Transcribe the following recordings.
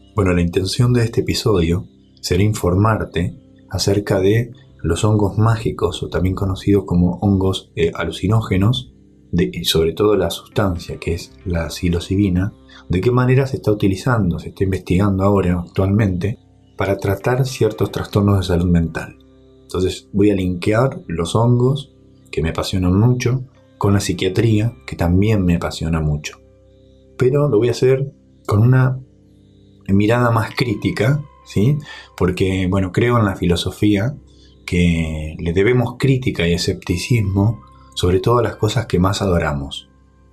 Bueno, la intención de este episodio será informarte acerca de los hongos mágicos, o también conocidos como hongos alucinógenos, y sobre todo la sustancia que es la psilocibina, de qué manera se está utilizando, se está investigando ahora actualmente para tratar ciertos trastornos de salud mental. Entonces voy a linkear los hongos, que me apasionan mucho, con la psiquiatría, que también me apasiona mucho. Pero lo voy a hacer con una mirada más crítica, ¿sí? Porque, bueno, creo en la filosofía que le debemos crítica y escepticismo sobre todas las cosas que más adoramos.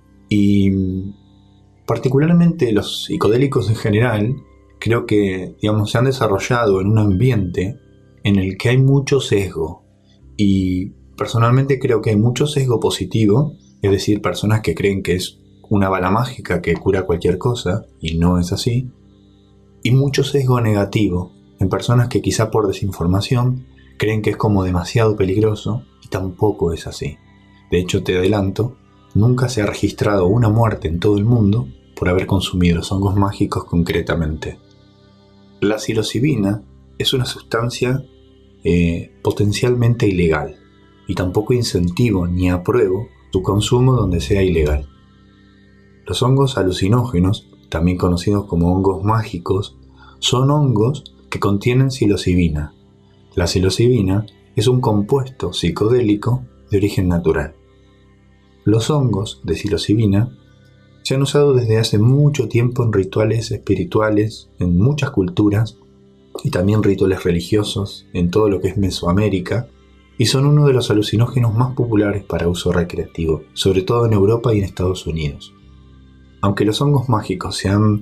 Y particularmente los psicodélicos en general, creo que, se han desarrollado en un ambiente en el que hay mucho sesgo. Y personalmente creo que hay mucho sesgo positivo, es decir, personas que creen que es una bala mágica que cura cualquier cosa, y no es así. Y mucho sesgo negativo en personas que quizá por desinformación creen que es como demasiado peligroso, y tampoco es así. De hecho, te adelanto, nunca se ha registrado una muerte en todo el mundo por haber consumido los hongos mágicos concretamente. La psilocibina es una sustancia potencialmente ilegal, y tampoco incentivo ni apruebo su consumo donde sea ilegal. Los hongos alucinógenos, también conocidos como hongos mágicos, son hongos que contienen psilocibina. La psilocibina es un compuesto psicodélico de origen natural. Los hongos de psilocibina se han usado desde hace mucho tiempo en rituales espirituales en muchas culturas y también rituales religiosos en todo lo que es Mesoamérica, y son uno de los alucinógenos más populares para uso recreativo, sobre todo en Europa y en Estados Unidos. Aunque los hongos mágicos se están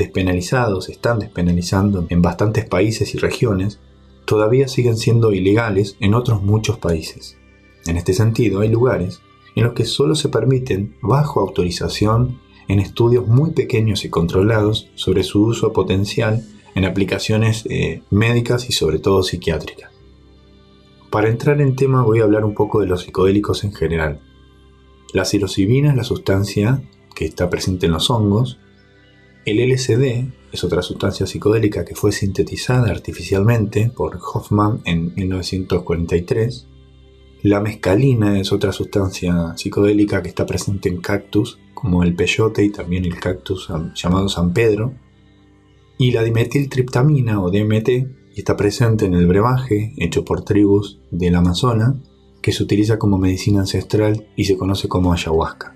despenalizando en bastantes países y regiones, todavía siguen siendo ilegales en otros muchos países. En este sentido, hay lugares en los que solo se permiten, bajo autorización, en estudios muy pequeños y controlados sobre su uso potencial en aplicaciones médicas y sobre todo psiquiátricas. Para entrar en tema voy a hablar un poco de los psicodélicos en general. La psilocibina es la sustancia que está presente en los hongos. El LSD es otra sustancia psicodélica que fue sintetizada artificialmente por Hoffman en 1943. La mescalina es otra sustancia psicodélica que está presente en cactus, como el peyote y también el cactus llamado San Pedro. Y la dimetiltriptamina o DMT está presente en el brebaje hecho por tribus del Amazonas, que se utiliza como medicina ancestral y se conoce como ayahuasca.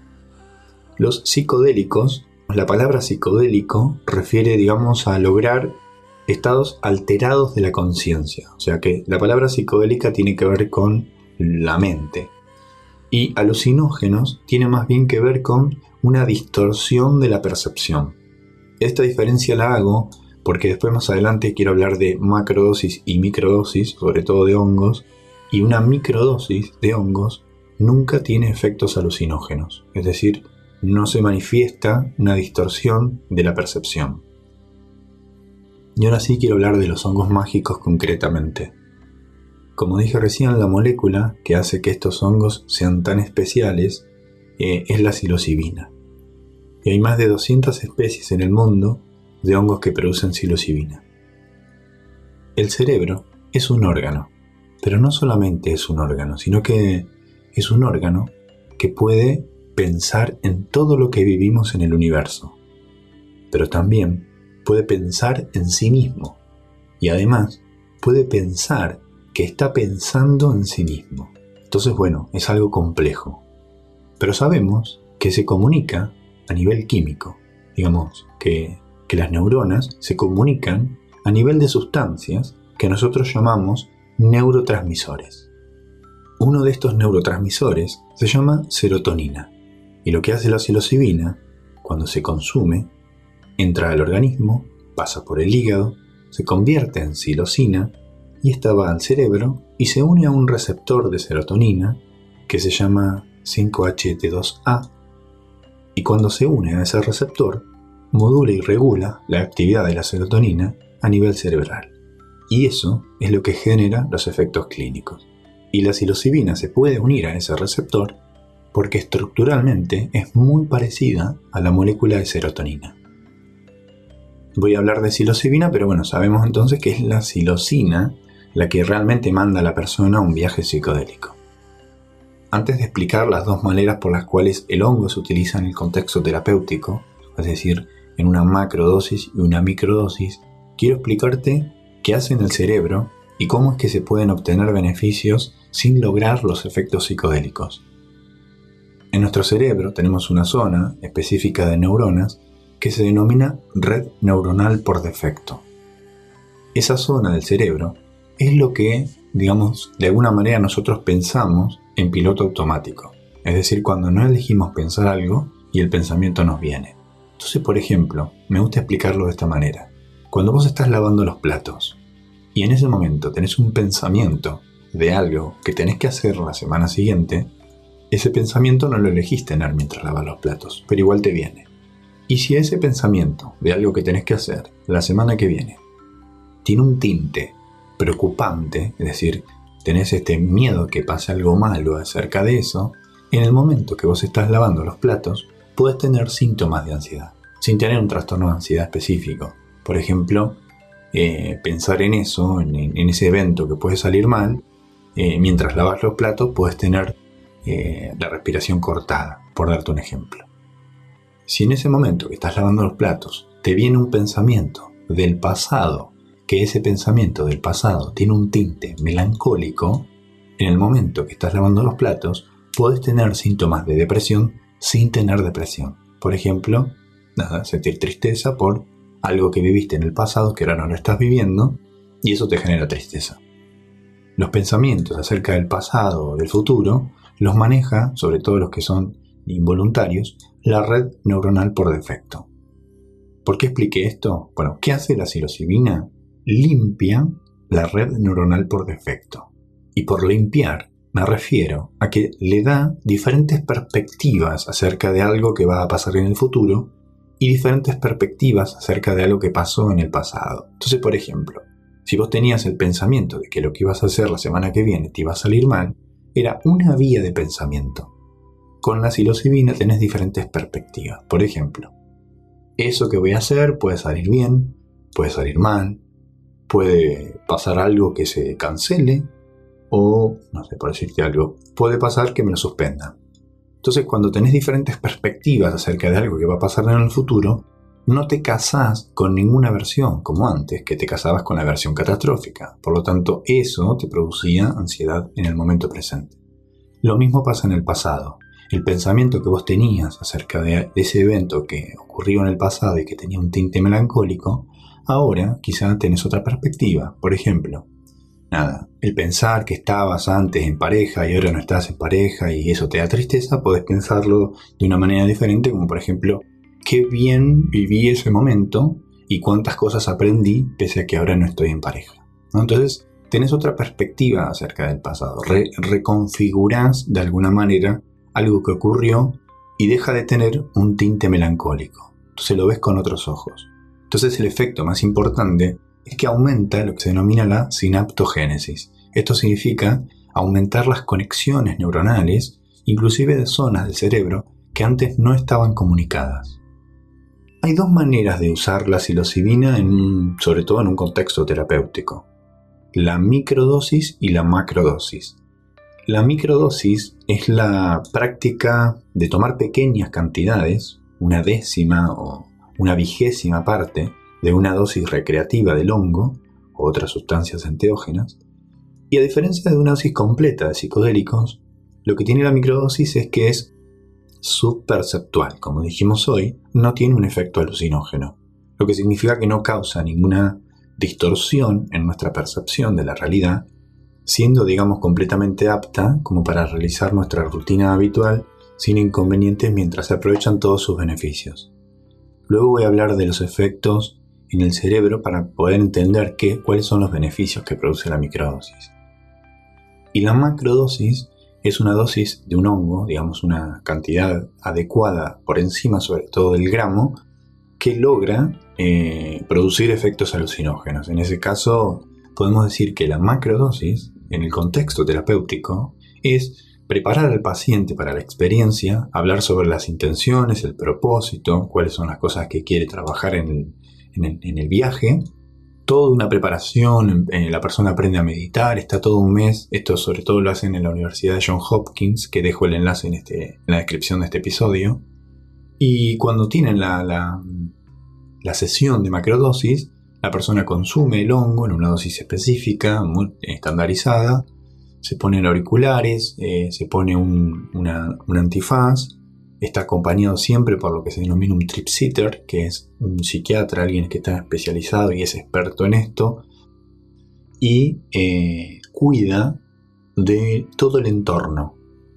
Los psicodélicos, la palabra psicodélico refiere, a lograr estados alterados de la conciencia. O sea que la palabra psicodélica tiene que ver con la mente. Y alucinógenos tiene más bien que ver con una distorsión de la percepción. Esta diferencia la hago porque después más adelante quiero hablar de macrodosis y microdosis, sobre todo de hongos, y una microdosis de hongos nunca tiene efectos alucinógenos, es decir, no se manifiesta una distorsión de la percepción. Y ahora sí quiero hablar de los hongos mágicos concretamente. Como dije recién, la molécula que hace que estos hongos sean tan especiales es la psilocibina. Y hay más de 200 especies en el mundo de hongos que producen psilocibina. El cerebro es un órgano, pero no solamente es un órgano, sino que es un órgano que puede pensar en todo lo que vivimos en el universo, pero también puede pensar en sí mismo, y además puede pensar que está pensando en sí mismo. Entonces, es algo complejo, pero sabemos que se comunica a nivel químico, que las neuronas se comunican a nivel de sustancias que nosotros llamamos neurotransmisores. Uno de estos neurotransmisores se llama serotonina, y lo que hace la psilocibina, cuando se consume, entra al organismo, pasa por el hígado, se convierte en psilocina, y esta va al cerebro y se une a un receptor de serotonina que se llama 5-HT2A, y cuando se une a ese receptor, modula y regula la actividad de la serotonina a nivel cerebral. Y eso es lo que genera los efectos clínicos. Y la psilocibina se puede unir a ese receptor porque estructuralmente es muy parecida a la molécula de serotonina. voy a hablar de psilocibina, pero bueno, sabemos entonces que es la psilocina la que realmente manda a la persona a un viaje psicodélico. Antes de explicar las dos maneras por las cuales el hongo se utiliza en el contexto terapéutico, es decir, en una macrodosis y una microdosis, quiero explicarte qué hace en el cerebro y cómo es que se pueden obtener beneficios sin lograr los efectos psicodélicos. En nuestro cerebro tenemos una zona específica de neuronas que se denomina red neuronal por defecto. Esa zona del cerebro es lo que, digamos, de alguna manera nosotros pensamos en piloto automático. Es decir, cuando no elegimos pensar algo y el pensamiento nos viene. Entonces, por ejemplo, me gusta explicarlo de esta manera. Cuando vos estás lavando los platos y en ese momento tenés un pensamiento de algo que tenés que hacer la semana siguiente, ese pensamiento no lo elegís tener mientras lavas los platos, pero igual te viene. Y si ese pensamiento de algo que tenés que hacer la semana que viene tiene un tinte preocupante, es decir, tenés este miedo que pase algo malo acerca de eso, en el momento que vos estás lavando los platos, puedes tener síntomas de ansiedad, sin tener un trastorno de ansiedad específico. Por ejemplo, pensar en eso, en ese evento que puede salir mal, mientras lavas los platos puedes tener la respiración cortada, por darte un ejemplo. Si en ese momento que estás lavando los platos te viene un pensamiento del pasado, que ese pensamiento del pasado tiene un tinte melancólico, en el momento que estás lavando los platos puedes tener síntomas de depresión sin tener depresión. Por ejemplo, sentir tristeza por algo que viviste en el pasado que ahora no lo estás viviendo y eso te genera tristeza. Los pensamientos acerca del pasado o del futuro los maneja, sobre todo los que son involuntarios, la red neuronal por defecto. ¿Por qué expliqué esto? Bueno, ¿qué hace la psilocibina? Limpia la red neuronal por defecto. Y por limpiar me refiero a que le da diferentes perspectivas acerca de algo que va a pasar en el futuro y diferentes perspectivas acerca de algo que pasó en el pasado. Entonces, por ejemplo, si vos tenías el pensamiento de que lo que ibas a hacer la semana que viene te iba a salir mal, era una vía de pensamiento. Con la psilocibina tenés diferentes perspectivas. Por ejemplo, eso que voy a hacer puede salir bien, puede salir mal, puede pasar algo que se cancele o, no sé, por decirte algo, puede pasar que me lo suspendan. Entonces, cuando tenés diferentes perspectivas acerca de algo que va a pasar en el futuro, no te casás con ninguna versión, como antes, que te casabas con la versión catastrófica. Por lo tanto, eso te producía ansiedad en el momento presente. Lo mismo pasa en el pasado. El pensamiento que vos tenías acerca de ese evento que ocurrió en el pasado y que tenía un tinte melancólico, ahora quizá tenés otra perspectiva. Por ejemplo, el pensar que estabas antes en pareja y ahora no estás en pareja y eso te da tristeza, podés pensarlo de una manera diferente, como por ejemplo, qué bien viví ese momento y cuántas cosas aprendí pese a que ahora no estoy en pareja, ¿no? Entonces, tenés otra perspectiva acerca del pasado. Reconfigurás de alguna manera algo que ocurrió y deja de tener un tinte melancólico. Entonces lo ves con otros ojos. Entonces el efecto más importante es que aumenta lo que se denomina la sinaptogénesis. Esto significa aumentar las conexiones neuronales, inclusive de zonas del cerebro que antes no estaban comunicadas. Hay dos maneras de usar la psilocibina, sobre todo en un contexto terapéutico: la microdosis y la macrodosis. La microdosis es la práctica de tomar pequeñas cantidades, una décima o una vigésima parte de una dosis recreativa del hongo o otras sustancias enteógenas, y a diferencia de una dosis completa de psicodélicos, lo que tiene la microdosis es que es subperceptual. Como dijimos hoy, no tiene un efecto alucinógeno, lo que significa que no causa ninguna distorsión en nuestra percepción de la realidad, siendo, digamos, completamente apta como para realizar nuestra rutina habitual sin inconvenientes mientras se aprovechan todos sus beneficios. Luego voy a hablar de los efectos en el cerebro para poder entender cuáles son los beneficios que produce la microdosis. Y la macrodosis es una dosis de un hongo, digamos una cantidad adecuada por encima sobre todo del gramo, que logra producir efectos alucinógenos. En ese caso podemos decir que la macrodosis, en el contexto terapéutico, es preparar al paciente para la experiencia, hablar sobre las intenciones, el propósito, cuáles son las cosas que quiere trabajar en en el viaje, toda una preparación, la persona aprende a meditar, está todo un mes, esto sobre todo lo hacen en la Universidad de Johns Hopkins, que dejo el enlace en la descripción de este episodio, y cuando tienen la sesión de macrodosis, la persona consume el hongo en una dosis específica, muy estandarizada, se ponen auriculares, se pone un antifaz, está acompañado siempre por lo que se denomina un trip sitter, que es un psiquiatra, alguien que está especializado y es experto en esto, y cuida de todo el entorno.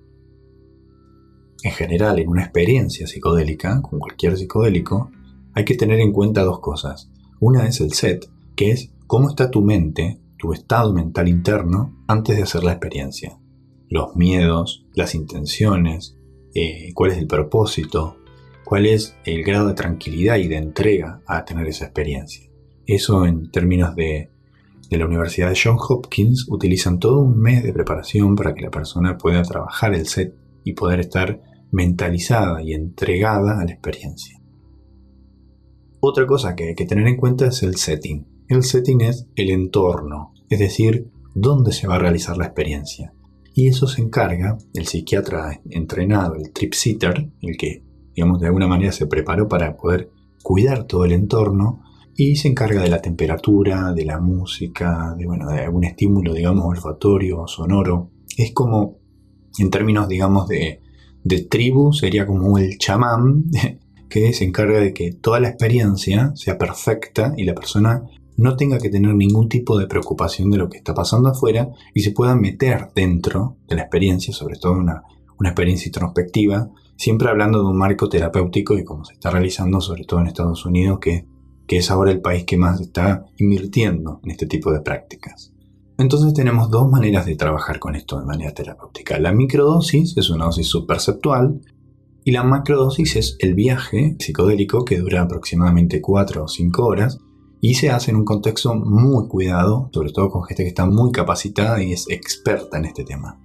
En general, en una experiencia psicodélica, con cualquier psicodélico, hay que tener en cuenta dos cosas. Una es el set, que es cómo está tu mente, tu estado mental interno, antes de hacer la experiencia. Los miedos, las intenciones, cuál es el propósito, cuál es el grado de tranquilidad y de entrega a tener esa experiencia. Eso en términos de la Universidad de Johns Hopkins utilizan todo un mes de preparación para que la persona pueda trabajar el set y poder estar mentalizada y entregada a la experiencia. Otra cosa que hay que tener en cuenta es el setting. El setting es el entorno, es decir, dónde se va a realizar la experiencia. Y eso se encarga el psiquiatra entrenado, el trip sitter, el que, digamos, de alguna manera se preparó para poder cuidar todo el entorno, y se encarga de la temperatura, de la música, de algún estímulo, digamos, olfatorio o sonoro. Es como, en términos, digamos, de tribu, sería como el chamán que se encarga de que toda la experiencia sea perfecta y la persona no tenga que tener ningún tipo de preocupación de lo que está pasando afuera y se pueda meter dentro de la experiencia, sobre todo una experiencia introspectiva, siempre hablando de un marco terapéutico y cómo se está realizando, sobre todo en Estados Unidos, que es ahora el país que más está invirtiendo en este tipo de prácticas. Entonces tenemos dos maneras de trabajar con esto de manera terapéutica. La microdosis es una dosis subperceptual y la macrodosis es el viaje psicodélico que dura aproximadamente 4 o 5 horas y se hace en un contexto muy cuidado, sobre todo con gente que está muy capacitada y es experta en este tema.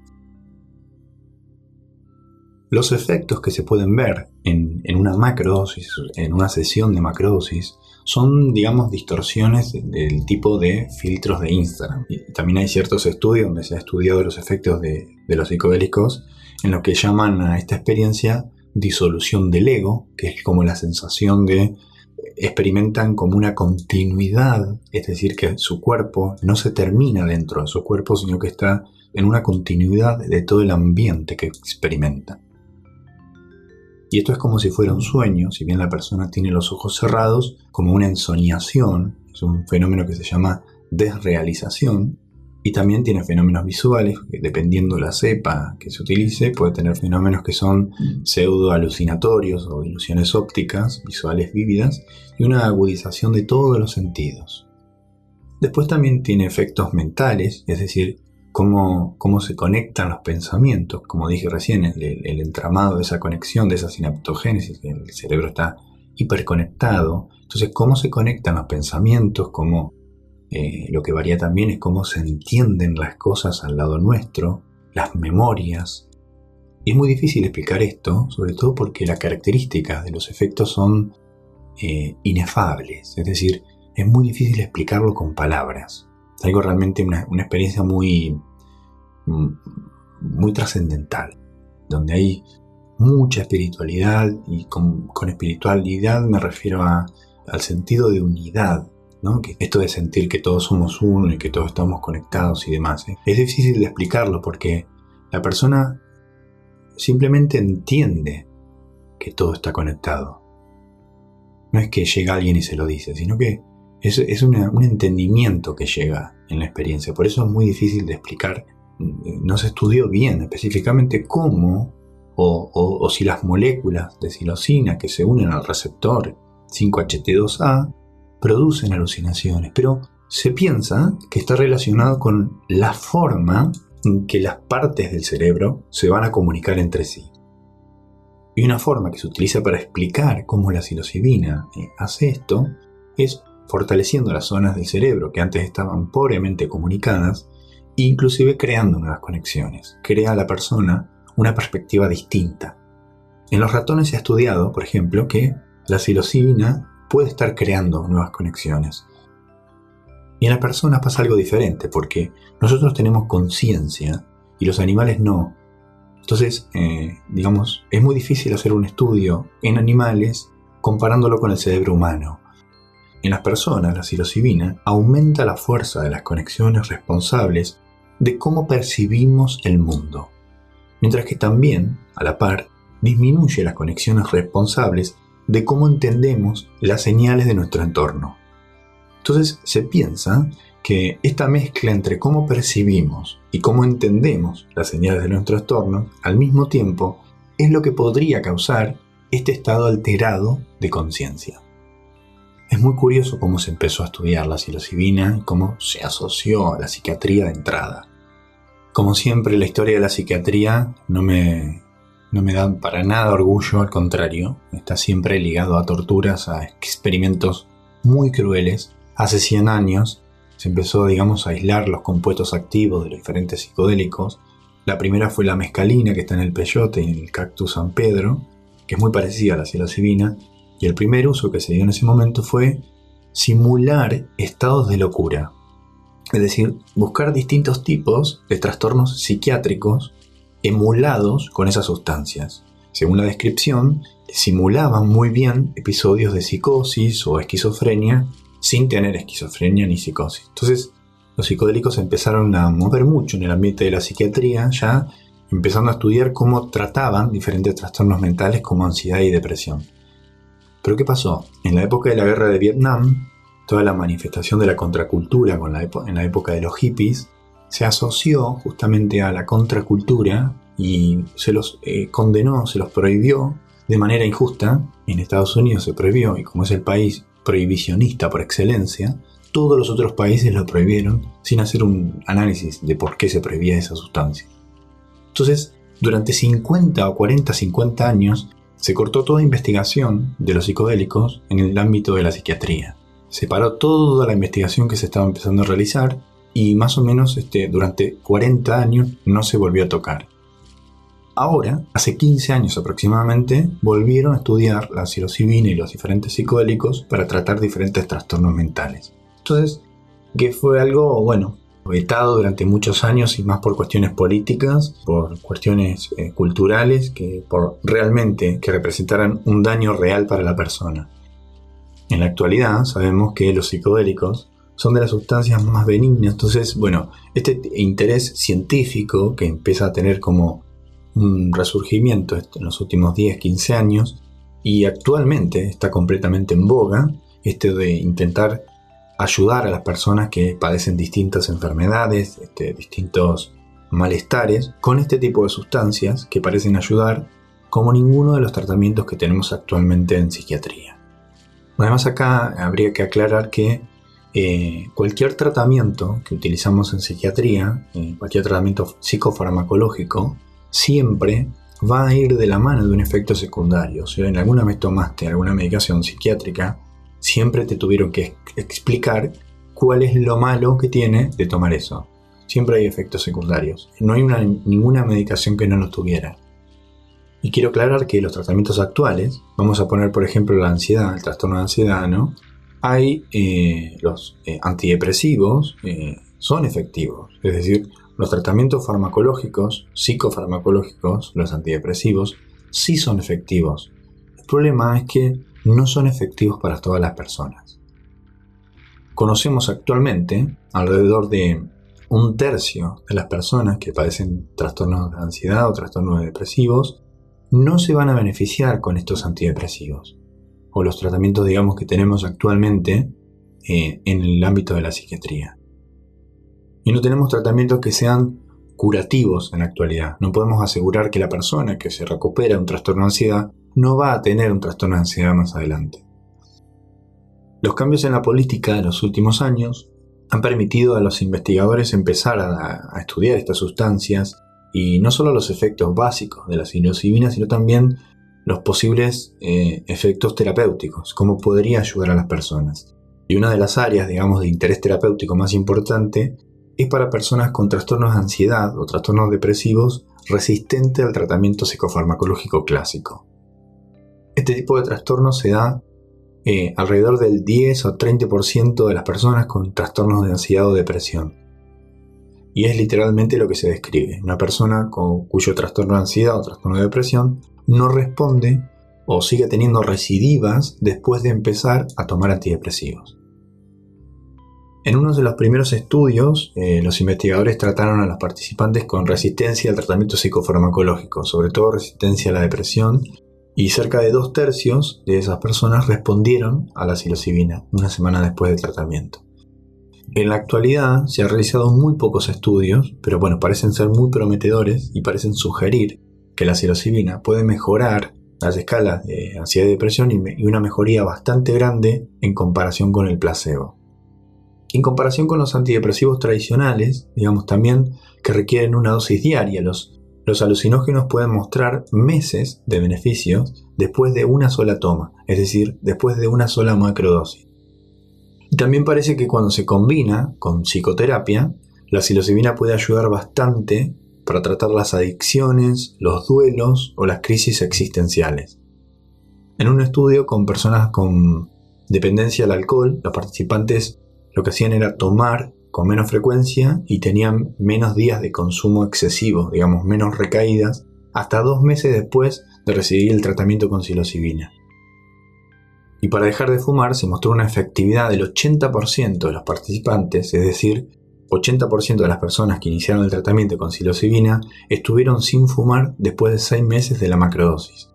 Los efectos que se pueden ver en una macrodosis, en una sesión de macrodosis, son, digamos, distorsiones del tipo de filtros de Instagram. Y también hay ciertos estudios donde se ha estudiado los efectos de los psicodélicos en lo que llaman a esta experiencia disolución del ego, que es como la sensación de experimentan como una continuidad, es decir, que su cuerpo no se termina dentro de su cuerpo, sino que está en una continuidad de todo el ambiente que experimenta. Y esto es como si fuera un sueño, si bien la persona tiene los ojos cerrados, como una ensoñación, es un fenómeno que se llama desrealización, y también tiene fenómenos visuales, que dependiendo la cepa que se utilice, puede tener fenómenos que son pseudo-alucinatorios o ilusiones ópticas, visuales vívidas, y una agudización de todos los sentidos. Después también tiene efectos mentales, es decir, cómo se conectan los pensamientos, como dije recién, el entramado de esa conexión, de esa sinaptogénesis, que el cerebro está hiperconectado. Entonces, cómo se conectan los pensamientos, lo que varía también es cómo se entienden las cosas al lado nuestro, las memorias. Y es muy difícil explicar esto, sobre todo porque las características de los efectos son inefables, es decir, es muy difícil explicarlo con palabras. Es algo realmente una experiencia muy trascendental, donde hay mucha espiritualidad, y con espiritualidad me refiero al sentido de unidad, ¿no? Que esto de sentir que todos somos uno y que todos estamos conectados y demás, es difícil de explicarlo porque la persona simplemente entiende que todo está conectado. No es que llega alguien y se lo dice, sino que es un entendimiento que llega en la experiencia. Por eso es muy difícil de explicar. No se estudió bien específicamente cómo o si las moléculas de psilocina que se unen al receptor 5-HT2A producen alucinaciones, pero se piensa que está relacionado con la forma en que las partes del cerebro se van a comunicar entre sí. Y una forma que se utiliza para explicar cómo la psilocibina hace esto es fortaleciendo las zonas del cerebro que antes estaban pobremente comunicadas e inclusive creando nuevas conexiones. Crea a la persona una perspectiva distinta. En los ratones se ha estudiado, por ejemplo, que la psilocibina puede estar creando nuevas conexiones. Y en las personas pasa algo diferente, porque nosotros tenemos conciencia y los animales no. Entonces, es muy difícil hacer un estudio en animales comparándolo con el cerebro humano. En las personas, la psilocibina aumenta la fuerza de las conexiones responsables de cómo percibimos el mundo, mientras que también, a la par, disminuye las conexiones responsables de cómo entendemos las señales de nuestro entorno. Entonces se piensa que esta mezcla entre cómo percibimos y cómo entendemos las señales de nuestro entorno al mismo tiempo es lo que podría causar este estado alterado de conciencia. Es muy curioso cómo se empezó a estudiar la psilocibina y cómo se asoció a la psiquiatría de entrada. Como siempre, la historia de la psiquiatría no me da para nada orgullo, al contrario, está siempre ligado a torturas, a experimentos muy crueles. Hace 100 años se empezó, a aislar los compuestos activos de los diferentes psicodélicos. La primera fue la mescalina, que está en el peyote y en el cactus San Pedro, que es muy parecida a la psilocibina, y el primer uso que se dio en ese momento fue simular estados de locura. Es decir, buscar distintos tipos de trastornos psiquiátricos emulados con esas sustancias. Según la descripción, simulaban muy bien episodios de psicosis o esquizofrenia sin tener esquizofrenia ni psicosis. Entonces, los psicodélicos empezaron a mover mucho en el ambiente de la psiquiatría, ya empezando a estudiar cómo trataban diferentes trastornos mentales como ansiedad y depresión. Pero ¿qué pasó? En la época de la guerra de Vietnam, toda la manifestación de la contracultura en la época de los hippies se asoció justamente a la contracultura y se los condenó, se los prohibió de manera injusta. En Estados Unidos se prohibió, y como es el país prohibicionista por excelencia, todos los otros países lo prohibieron sin hacer un análisis de por qué se prohibía esa sustancia. Entonces, durante 50 años, se cortó toda investigación de los psicodélicos en el ámbito de la psiquiatría. Se paró toda la investigación que se estaba empezando a realizar y más o menos durante 40 años no se volvió a tocar. Ahora, hace 15 años aproximadamente, volvieron a estudiar la psilocibina y los diferentes psicodélicos para tratar diferentes trastornos mentales. Entonces, que fue algo, vetado durante muchos años y más por cuestiones políticas, por cuestiones culturales, que por realmente que representaran un daño real para la persona. En la actualidad sabemos que los psicodélicos son de las sustancias más benignas, entonces, este interés científico que empieza a tener como un resurgimiento en los últimos 10-15 años y actualmente está completamente en boga, de intentar ayudar a las personas que padecen distintas enfermedades, distintos malestares, con este tipo de sustancias que parecen ayudar como ninguno de los tratamientos que tenemos actualmente en psiquiatría. Además, acá habría que aclarar que cualquier tratamiento que utilizamos en psiquiatría, cualquier tratamiento psicofarmacológico, siempre va a ir de la mano de un efecto secundario. O sea, en alguna vez tomaste alguna medicación psiquiátrica, siempre te tuvieron que explicar cuál es lo malo que tiene de tomar eso. Siempre hay efectos secundarios. No hay ninguna medicación que no los tuviera. Y quiero aclarar que los tratamientos actuales, vamos a poner por ejemplo la ansiedad, el trastorno de ansiedad, ¿no? Hay los antidepresivos, son efectivos. Es decir, los tratamientos farmacológicos, psicofarmacológicos, los antidepresivos, sí son efectivos. El problema es que no son efectivos para todas las personas. Conocemos actualmente alrededor de 1/3 de las personas que padecen trastornos de ansiedad o trastornos depresivos no se van a beneficiar con estos antidepresivos o los tratamientos, que tenemos actualmente en el ámbito de la psiquiatría. Y no tenemos tratamientos que sean curativos en la actualidad. No podemos asegurar que la persona que se recupera de un trastorno de ansiedad no va a tener un trastorno de ansiedad más adelante. Los cambios en la política de los últimos años han permitido a los investigadores empezar a estudiar estas sustancias y no solo los efectos básicos de la psilocibina, sino también los posibles efectos terapéuticos, cómo podría ayudar a las personas. Y una de las áreas, de interés terapéutico más importante es para personas con trastornos de ansiedad o trastornos depresivos resistentes al tratamiento psicofarmacológico clásico. Este tipo de trastorno se da alrededor del 10 o 30% de las personas con trastornos de ansiedad o depresión. Y es literalmente lo que se describe. Una persona cuyo trastorno de ansiedad o trastorno de depresión no responde o sigue teniendo recidivas después de empezar a tomar antidepresivos. En uno de los primeros estudios, los investigadores trataron a los participantes con resistencia al tratamiento psicofarmacológico, sobre todo resistencia a la depresión, y cerca de 2/3 de esas personas respondieron a la psilocibina una semana después del tratamiento. En la actualidad se han realizado muy pocos estudios, pero parecen ser muy prometedores y parecen sugerir que la psilocibina puede mejorar las escalas de ansiedad y depresión y una mejoría bastante grande en comparación con el placebo. En comparación con los antidepresivos tradicionales, digamos también que requieren una dosis diaria, los alucinógenos pueden mostrar meses de beneficios después de una sola toma, es decir, después de una sola macrodosis. Y también parece que cuando se combina con psicoterapia, la psilocibina puede ayudar bastante para tratar las adicciones, los duelos o las crisis existenciales. En un estudio con personas con dependencia al alcohol, los participantes lo que hacían era tomar con menos frecuencia y tenían menos días de consumo excesivo, digamos menos recaídas, hasta 2 meses después de recibir el tratamiento con psilocibina. Y para dejar de fumar se mostró una efectividad del 80% de los participantes, es decir, 80% de las personas que iniciaron el tratamiento con psilocibina estuvieron sin fumar después de 6 meses de la macrodosis.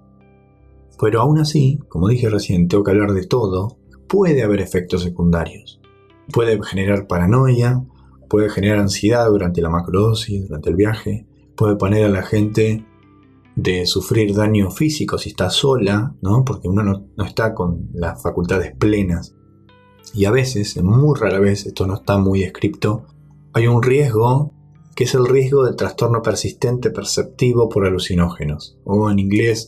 Pero aún así, como dije recién, tengo que hablar de todo, puede haber efectos secundarios. Puede generar paranoia, puede generar ansiedad durante la macrodosis, durante el viaje, puede poner a la gente de sufrir daño físico si está sola, ¿no? Porque uno no está con las facultades plenas. Y a veces, muy rara vez, esto no está muy descrito, hay un riesgo que es el riesgo de trastorno persistente perceptivo por alucinógenos, o en inglés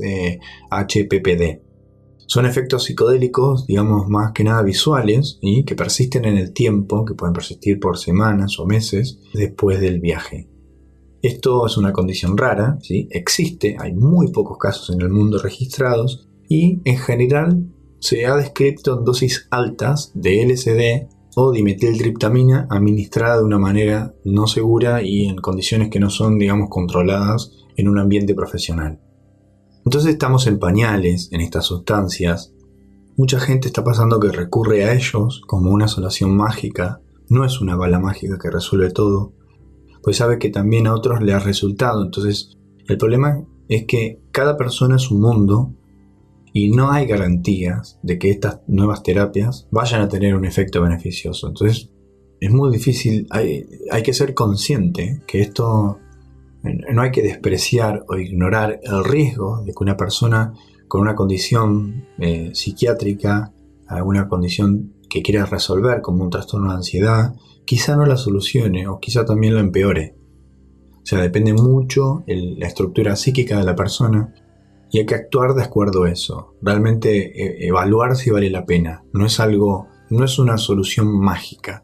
HPPD. Son efectos psicodélicos, digamos más que nada visuales, y que persisten en el tiempo, que pueden persistir por semanas o meses después del viaje. Esto es una condición rara, ¿sí? Existe, hay muy pocos casos en el mundo registrados, y en general se ha descrito en dosis altas de LSD o dimetiltriptamina administrada de una manera no segura y en condiciones que no son, digamos, controladas en un ambiente profesional. Entonces estamos en pañales en estas sustancias. Mucha gente está pasando que recurre a ellos como una solución mágica. No es una bala mágica que resuelve todo, pues sabe que también a otros le ha resultado. Entonces el problema es que cada persona es un mundo y no hay garantías de que estas nuevas terapias vayan a tener un efecto beneficioso. Entonces es muy difícil, hay que ser consciente que esto no hay que despreciar o ignorar el riesgo de que una persona con una condición psiquiátrica, alguna condición que quiera resolver como un trastorno de ansiedad, quizá no la solucione o quizá también la empeore. O sea, depende mucho la estructura psíquica de la persona y hay que actuar de acuerdo a eso. Realmente evaluar si vale la pena. No es una solución mágica.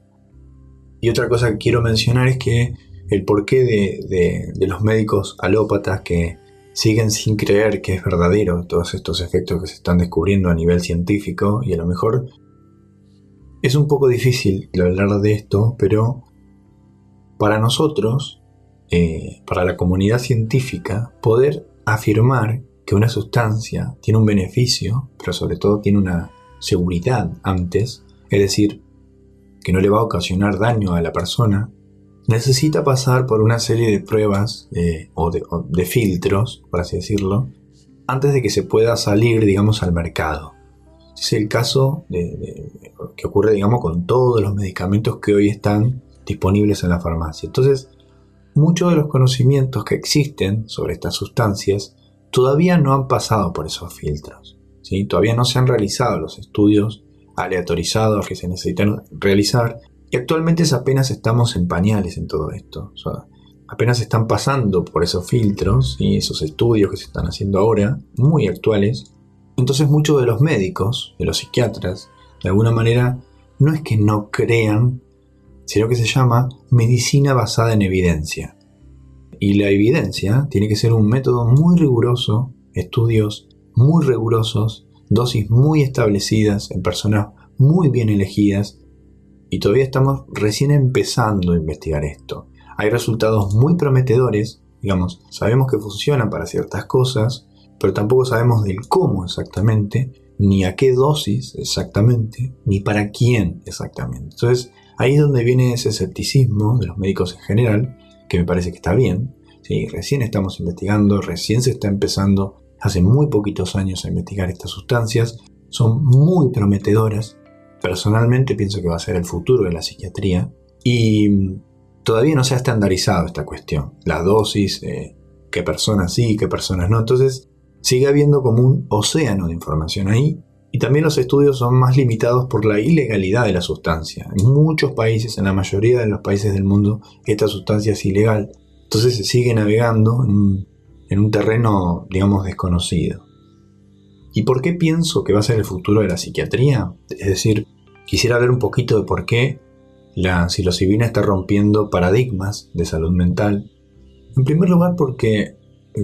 Y otra cosa que quiero mencionar es que el porqué de los médicos alópatas que siguen sin creer que es verdadero todos estos efectos que se están descubriendo a nivel científico, y a lo mejor es un poco difícil hablar de esto, pero para nosotros, para la comunidad científica, poder afirmar que una sustancia tiene un beneficio, pero sobre todo tiene una seguridad antes, es decir, que no le va a ocasionar daño a la persona, necesita pasar por una serie de pruebas o de filtros, por así decirlo, antes de que se pueda salir, digamos, al mercado. Es el caso que ocurre, digamos, con todos los medicamentos que hoy están disponibles en la farmacia. Entonces, muchos de los conocimientos que existen sobre estas sustancias todavía no han pasado por esos filtros, ¿sí? Todavía no se han realizado los estudios aleatorizados que se necesitan realizar. Y actualmente apenas estamos en pañales en todo esto. O sea, apenas están pasando por esos filtros y esos estudios que se están haciendo ahora, muy actuales. Entonces muchos de los médicos, de los psiquiatras, de alguna manera, no es que no crean, sino que se llama medicina basada en evidencia. Y la evidencia tiene que ser un método muy riguroso, estudios muy rigurosos, dosis muy establecidas en personas muy bien elegidas y todavía estamos recién empezando a investigar esto. Hay resultados muy prometedores, digamos, sabemos que funcionan para ciertas cosas, pero tampoco sabemos del cómo exactamente, ni a qué dosis exactamente, ni para quién exactamente. Entonces, ahí es donde viene ese escepticismo de los médicos en general, que me parece que está bien. Sí, recién estamos investigando, recién se está empezando hace muy poquitos años a investigar estas sustancias, son muy prometedoras. Personalmente pienso que va a ser el futuro de la psiquiatría y todavía no se ha estandarizado esta cuestión, la dosis, qué personas sí, qué personas no. Entonces sigue habiendo como un océano de información ahí y también los estudios son más limitados por la ilegalidad de la sustancia. En muchos países, en la mayoría de los países del mundo, esta sustancia es ilegal. Entonces se sigue navegando en un terreno, digamos, desconocido. ¿Y por qué pienso que va a ser el futuro de la psiquiatría? Es decir, quisiera hablar un poquito de por qué la psilocibina está rompiendo paradigmas de salud mental. En primer lugar porque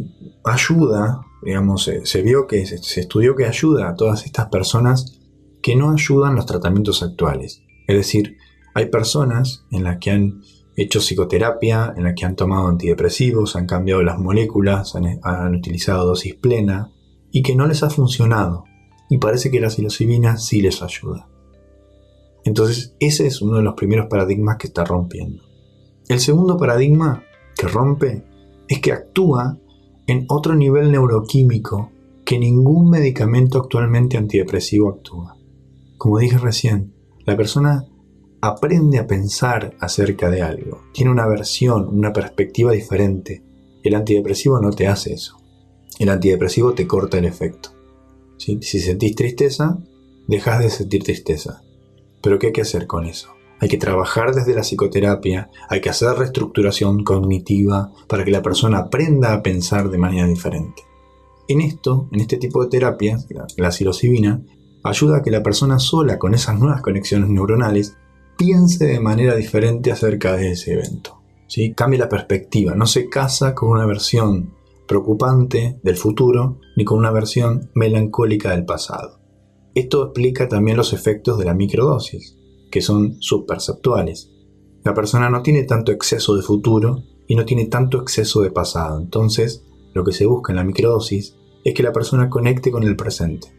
ayuda, digamos, se vio que se estudió que ayuda a todas estas personas que no ayudan los tratamientos actuales. Es decir, hay personas en las que han hecho psicoterapia, en las que han tomado antidepresivos, han cambiado las moléculas, han utilizado dosis plena y que no les ha funcionado. Y parece que la psilocibina sí les ayuda. Entonces ese es uno de los primeros paradigmas que está rompiendo. El segundo paradigma que rompe es que actúa en otro nivel neuroquímico que ningún medicamento actualmente antidepresivo actúa. Como dije recién, la persona aprende a pensar acerca de algo, tiene una versión, una perspectiva diferente. El antidepresivo no te hace eso. El antidepresivo te corta el efecto. ¿Sí? Si sentís tristeza, dejás de sentir tristeza. Pero ¿qué hay que hacer con eso? Hay que trabajar desde la psicoterapia, hay que hacer reestructuración cognitiva para que la persona aprenda a pensar de manera diferente. En este tipo de terapias, la psilocibina ayuda a que la persona sola, con esas nuevas conexiones neuronales, piense de manera diferente acerca de ese evento. ¿Sí? Cambia la perspectiva, no se casa con una versión preocupante del futuro ni con una versión melancólica del pasado. Esto explica también los efectos de la microdosis, que son subperceptuales. La persona no tiene tanto exceso de futuro y no tiene tanto exceso de pasado. Entonces, lo que se busca en la microdosis es que la persona conecte con el presente.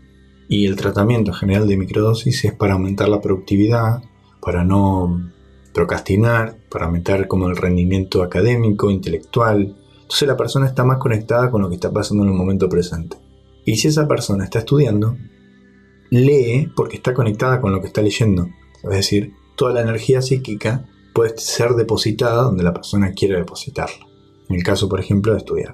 Y el tratamiento general de microdosis es para aumentar la productividad, para no procrastinar, para aumentar como el rendimiento académico, intelectual. Entonces la persona está más conectada con lo que está pasando en el momento presente. Y si esa persona está estudiando, lee porque está conectada con lo que está leyendo. Es decir, toda la energía psíquica puede ser depositada donde la persona quiere depositarla. En el caso, por ejemplo, de estudiar.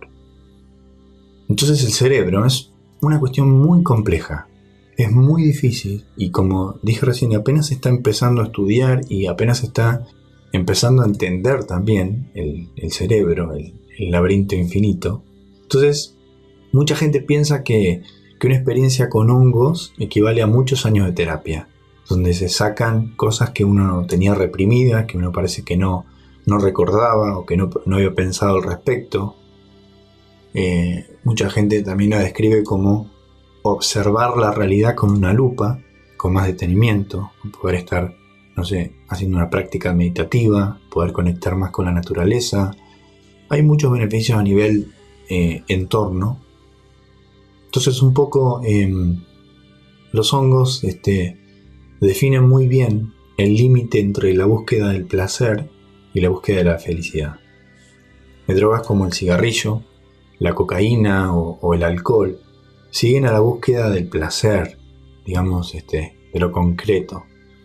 Entonces el cerebro es una cuestión muy compleja. Es muy difícil y como dije recién, apenas está empezando a estudiar y apenas está empezando a entender también el cerebro, el laberinto infinito. Entonces, mucha gente piensa que una experiencia con hongos equivale a muchos años de terapia, donde se sacan cosas que uno tenía reprimidas, que uno parece que no recordaba o que no había pensado al respecto. Mucha gente también la describe como observar la realidad con una lupa, con más detenimiento, poder estar, haciendo una práctica meditativa, poder conectar más con la naturaleza. Hay muchos beneficios a nivel entorno. Entonces un poco los hongos definen muy bien el límite entre la búsqueda del placer y la búsqueda de la felicidad. Hay drogas como el cigarrillo, la cocaína o el alcohol siguen a la búsqueda del placer, digamos, de lo concreto,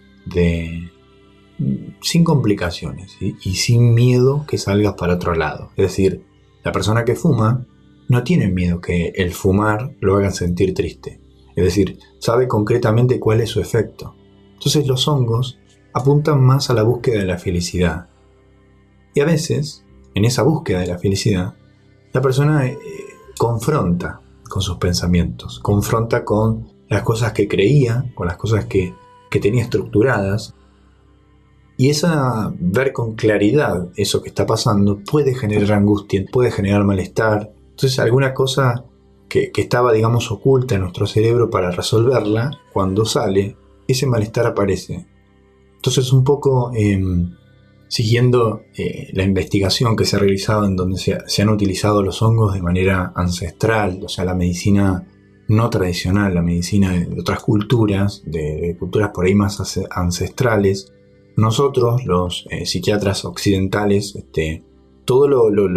sin complicaciones, ¿sí? Y sin miedo que salgas para otro lado. Es decir, la persona que fuma no tiene miedo que el fumar lo haga sentir triste. Es decir, sabe concretamente cuál es su efecto. Entonces los hongos apuntan más a la búsqueda de la felicidad. Y a veces, en esa búsqueda de la felicidad, la persona confronta con sus pensamientos, confronta con las cosas que creía, con las cosas que tenía estructuradas. Y ver con claridad eso que está pasando puede generar angustia, puede generar malestar. Entonces alguna cosa que estaba, digamos, oculta en nuestro cerebro para resolverla, cuando sale, ese malestar aparece. Entonces, un poco siguiendo la investigación que se ha realizado, en donde se han utilizado los hongos de manera ancestral, o sea, la medicina no tradicional, la medicina de otras culturas, de culturas por ahí más ancestrales, nosotros, los psiquiatras occidentales, todo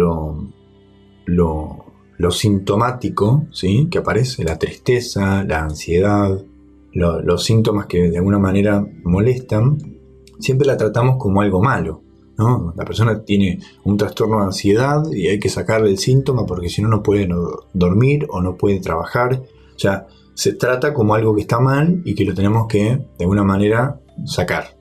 lo sintomático, ¿sí?, que aparece, la tristeza, la ansiedad, los síntomas que de alguna manera molestan, siempre la tratamos como algo malo, ¿no? La persona tiene un trastorno de ansiedad y hay que sacarle el síntoma porque si no, no puede dormir o no puede trabajar. O sea, se trata como algo que está mal y que lo tenemos que, de alguna manera, sacar.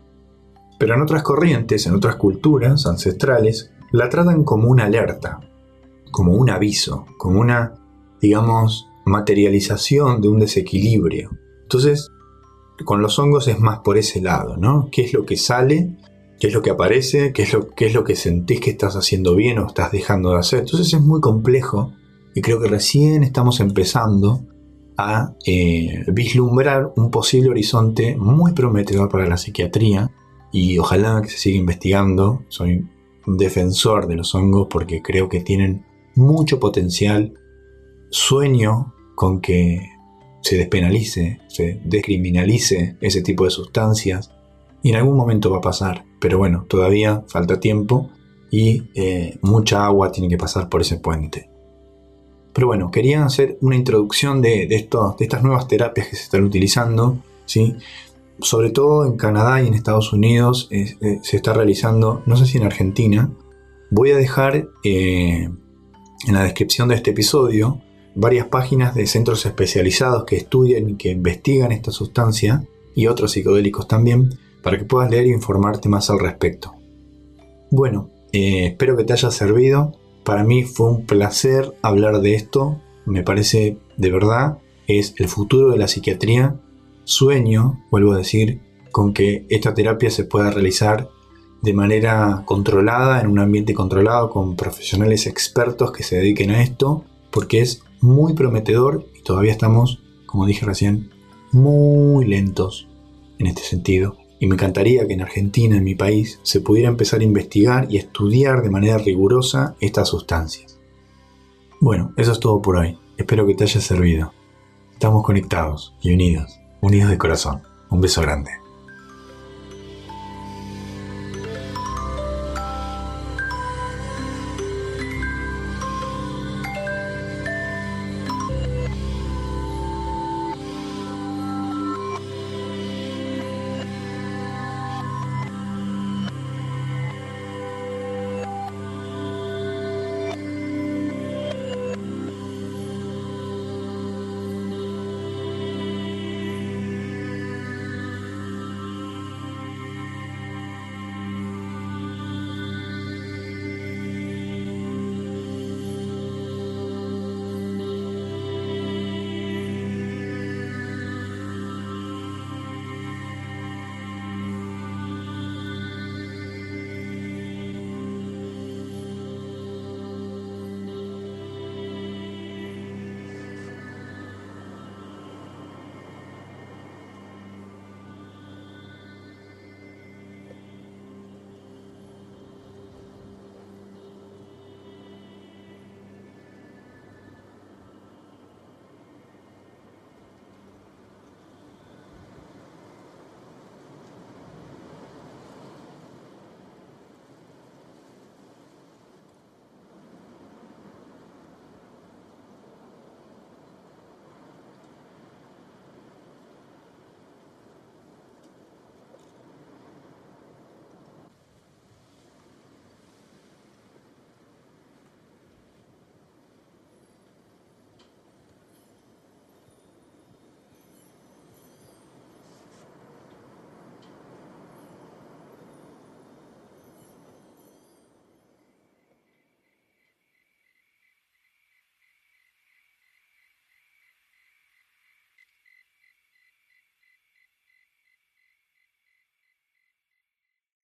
Pero en otras corrientes, en otras culturas ancestrales, la tratan como una alerta, como un aviso, como una, digamos, materialización de un desequilibrio. Entonces, con los hongos es más por ese lado, ¿no? ¿Qué es lo que sale? ¿Qué es lo que aparece? ¿Qué es lo que sentís que estás haciendo bien o estás dejando de hacer? Entonces es muy complejo y creo que recién estamos empezando a vislumbrar un posible horizonte muy prometedor para la psiquiatría, y ojalá que se siga investigando. Soy un defensor de los hongos porque creo que tienen mucho potencial. Sueño con que se despenalice, se descriminalice ese tipo de sustancias, y en algún momento va a pasar, pero bueno, todavía falta tiempo y mucha agua tiene que pasar por ese puente. Pero bueno, quería hacer una introducción de estas nuevas terapias que se están utilizando, ¿sí? Sobre todo en Canadá y en Estados Unidos se está realizando, no sé si en Argentina. Voy a dejar en la descripción de este episodio varias páginas de centros especializados que estudian y que investigan esta sustancia y otros psicodélicos también, para que puedas leer e informarte más al respecto. Bueno, espero que te haya servido. Para mí fue un placer hablar de esto. Me parece, de verdad, es el futuro de la psiquiatría. Sueño, vuelvo a decir, con que esta terapia se pueda realizar de manera controlada, en un ambiente controlado, con profesionales expertos que se dediquen a esto, porque es muy prometedor y todavía estamos, como dije recién, muy lentos en este sentido. Y me encantaría que en Argentina, en mi país, se pudiera empezar a investigar y estudiar de manera rigurosa estas sustancias. Bueno, eso es todo por hoy. Espero que te haya servido. Estamos conectados y unidos de corazón. Un beso grande.